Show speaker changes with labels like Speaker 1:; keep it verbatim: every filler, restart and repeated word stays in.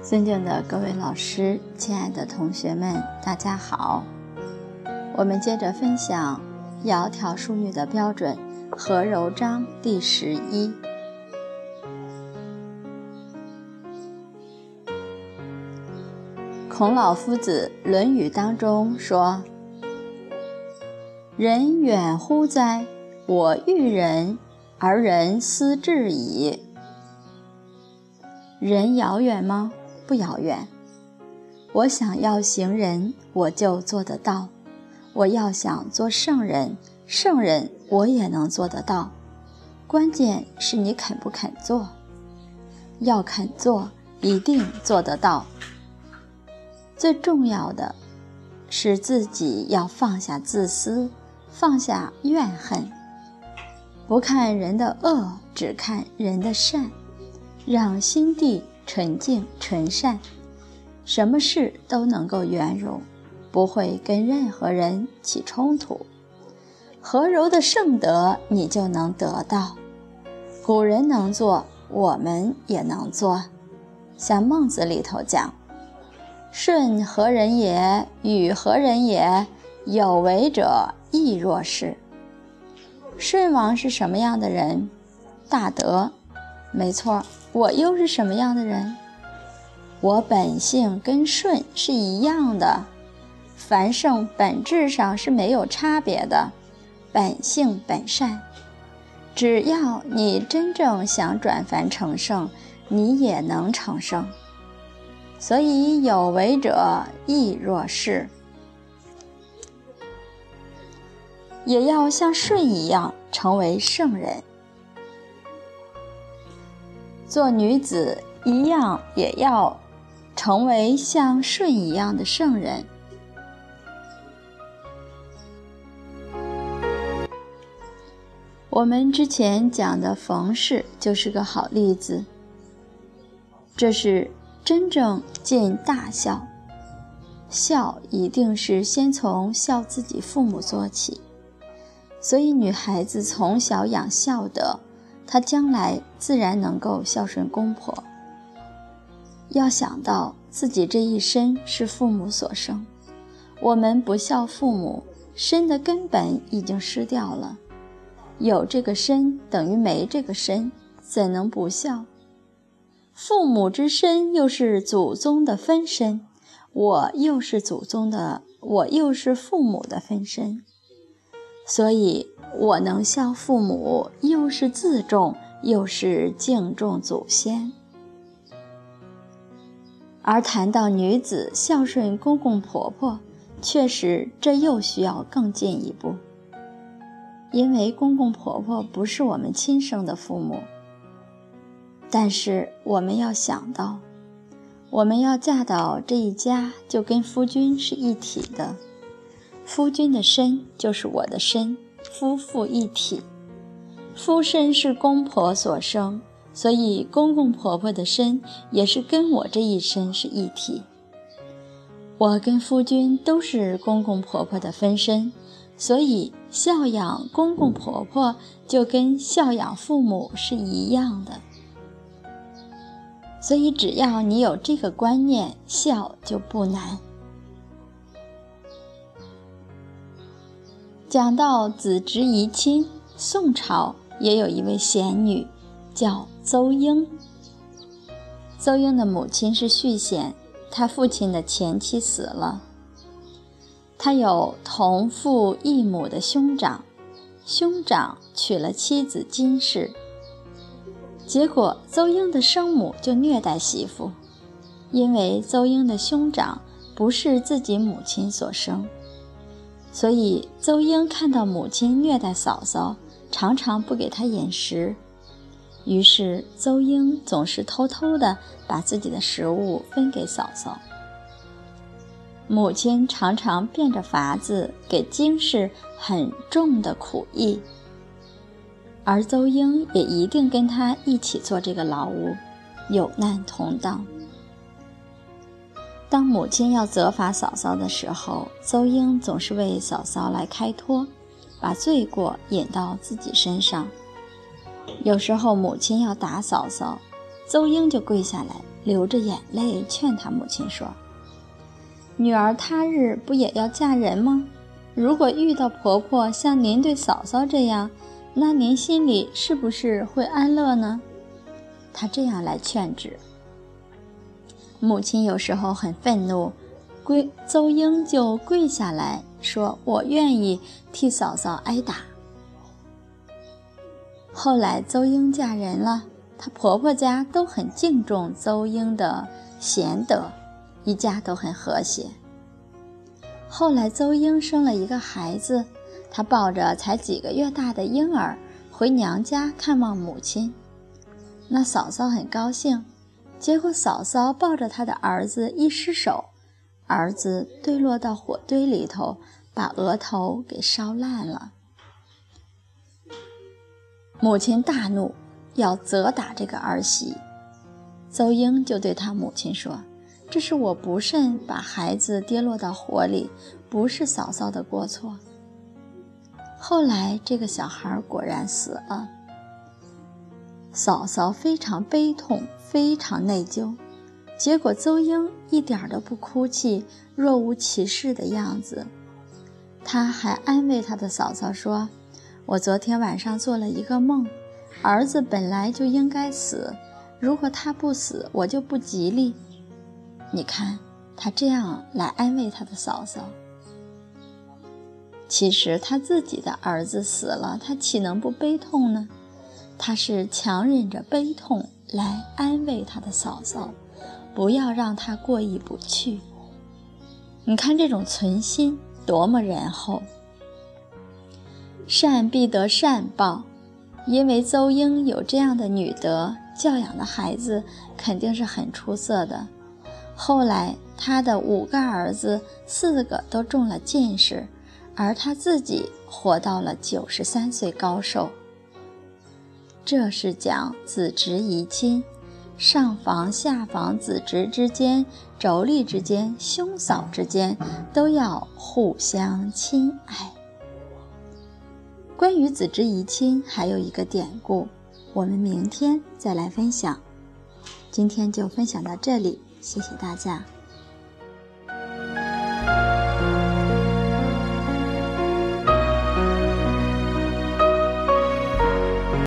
Speaker 1: 尊敬的各位老师，亲爱的同学们，大家好。我们接着分享窈窕淑女的标准和柔章第十一。孔老夫子《论语》当中说：人远乎哉？我欲人，而人斯至矣。人遥远吗？不遥远。我想要行人，我就做得到；我要想做圣人，圣人我也能做得到。关键是你肯不肯做。要肯做，一定做得到。最重要的是自己要放下自私，放下怨恨，不看人的恶，只看人的善，让心地纯净纯善，什么事都能够圆融，不会跟任何人起冲突。和柔的圣德你就能得到。古人能做，我们也能做。像孟子里头讲：舜何人也？禹何人也？有为者亦若是。舜王是什么样的人？大德。没错，我又是什么样的人？我本性跟舜是一样的。凡圣本质上是没有差别的，本性本善。只要你真正想转凡成圣，你也能成圣。所以有为者亦若是。也要像舜一样成为圣人。做女子一样，也要成为像舜一样的圣人。我们之前讲的冯氏就是个好例子，这是真正尽大孝。孝一定是先从孝自己父母做起，所以女孩子从小养孝德，她将来自然能够孝顺公婆。要想到自己这一生是父母所生，我们不孝父母，身的根本已经失掉了。有这个身等于没这个身，怎能不孝？父母之身又是祖宗的分身，我又是祖宗的，我又是父母的分身。所以我能孝父母，又是自重，又是敬重祖先。而谈到女子孝顺公公婆婆，确实这又需要更进一步。因为公公婆婆不是我们亲生的父母，但是我们要想到，我们要嫁到这一家，就跟夫君是一体的。夫君的身就是我的身，夫妇一体。夫身是公婆所生，所以公公婆婆的身也是跟我这一身是一体。我跟夫君都是公公婆婆的分身，所以孝养公公婆婆就跟孝养父母是一样的。所以只要你有这个观念，孝就不难。讲到子侄怡亲，宋朝也有一位贤女叫邹婴。邹婴的母亲是续弦，他父亲的前妻死了。他有同父异母的兄长，兄长娶了妻子金氏，结果邹婴的生母就虐待媳妇，因为邹婴的兄长不是自己母亲所生，所以邹婴看到母亲虐待嫂嫂，常常不给她饮食，于是邹婴总是偷偷地把自己的食物分给嫂嫂。母亲常常变着法子给金氏很重的苦役，而邹婴也一定跟他一起做这个劳务，有难同当。当母亲要责罚嫂嫂的时候，邹婴总是为嫂嫂来开脱，把罪过引到自己身上。有时候母亲要打嫂嫂，邹婴就跪下来流着眼泪劝他母亲说：女儿他日不也要嫁人吗？如果遇到婆婆像您对嫂嫂这样，那您心里是不是会安乐呢？他这样来劝止。母亲有时候很愤怒，跪邹英就跪下来说：我愿意替嫂嫂挨打。后来邹英嫁人了，她婆婆家都很敬重邹英的贤德，一家都很和谐。后来邹英生了一个孩子，她抱着才几个月大的婴儿回娘家看望母亲。那嫂嫂很高兴，结果嫂嫂抱着她的儿子一失手，儿子坠落到火堆里头，把额头给烧烂了。母亲大怒，要责打这个儿媳。邹英就对他母亲说：这是我不慎把孩子跌落到火里，不是嫂嫂的过错。后来这个小孩果然死了。嫂嫂非常悲痛，非常内疚，结果邹英一点都不哭泣，若无其事的样子。她还安慰她的嫂嫂说：我昨天晚上做了一个梦，儿子本来就应该死，如果他不死，我就不吉利。你看，他这样来安慰他的嫂嫂。其实他自己的儿子死了，他岂能不悲痛呢？他是强忍着悲痛来安慰他的嫂嫂，不要让他过意不去。你看这种存心多么仁厚。善必得善报，因为邹英有这样的女德，教养的孩子肯定是很出色的。后来他的五个儿子四个都中了进士，而他自己活到了九十三岁高寿。这是讲子侄姨亲，上房下房子侄之间、妯娌之间、兄嫂之间都要互相亲爱。关于子侄姨亲还有一个典故，我们明天再来分享。今天就分享到这里，谢谢大家。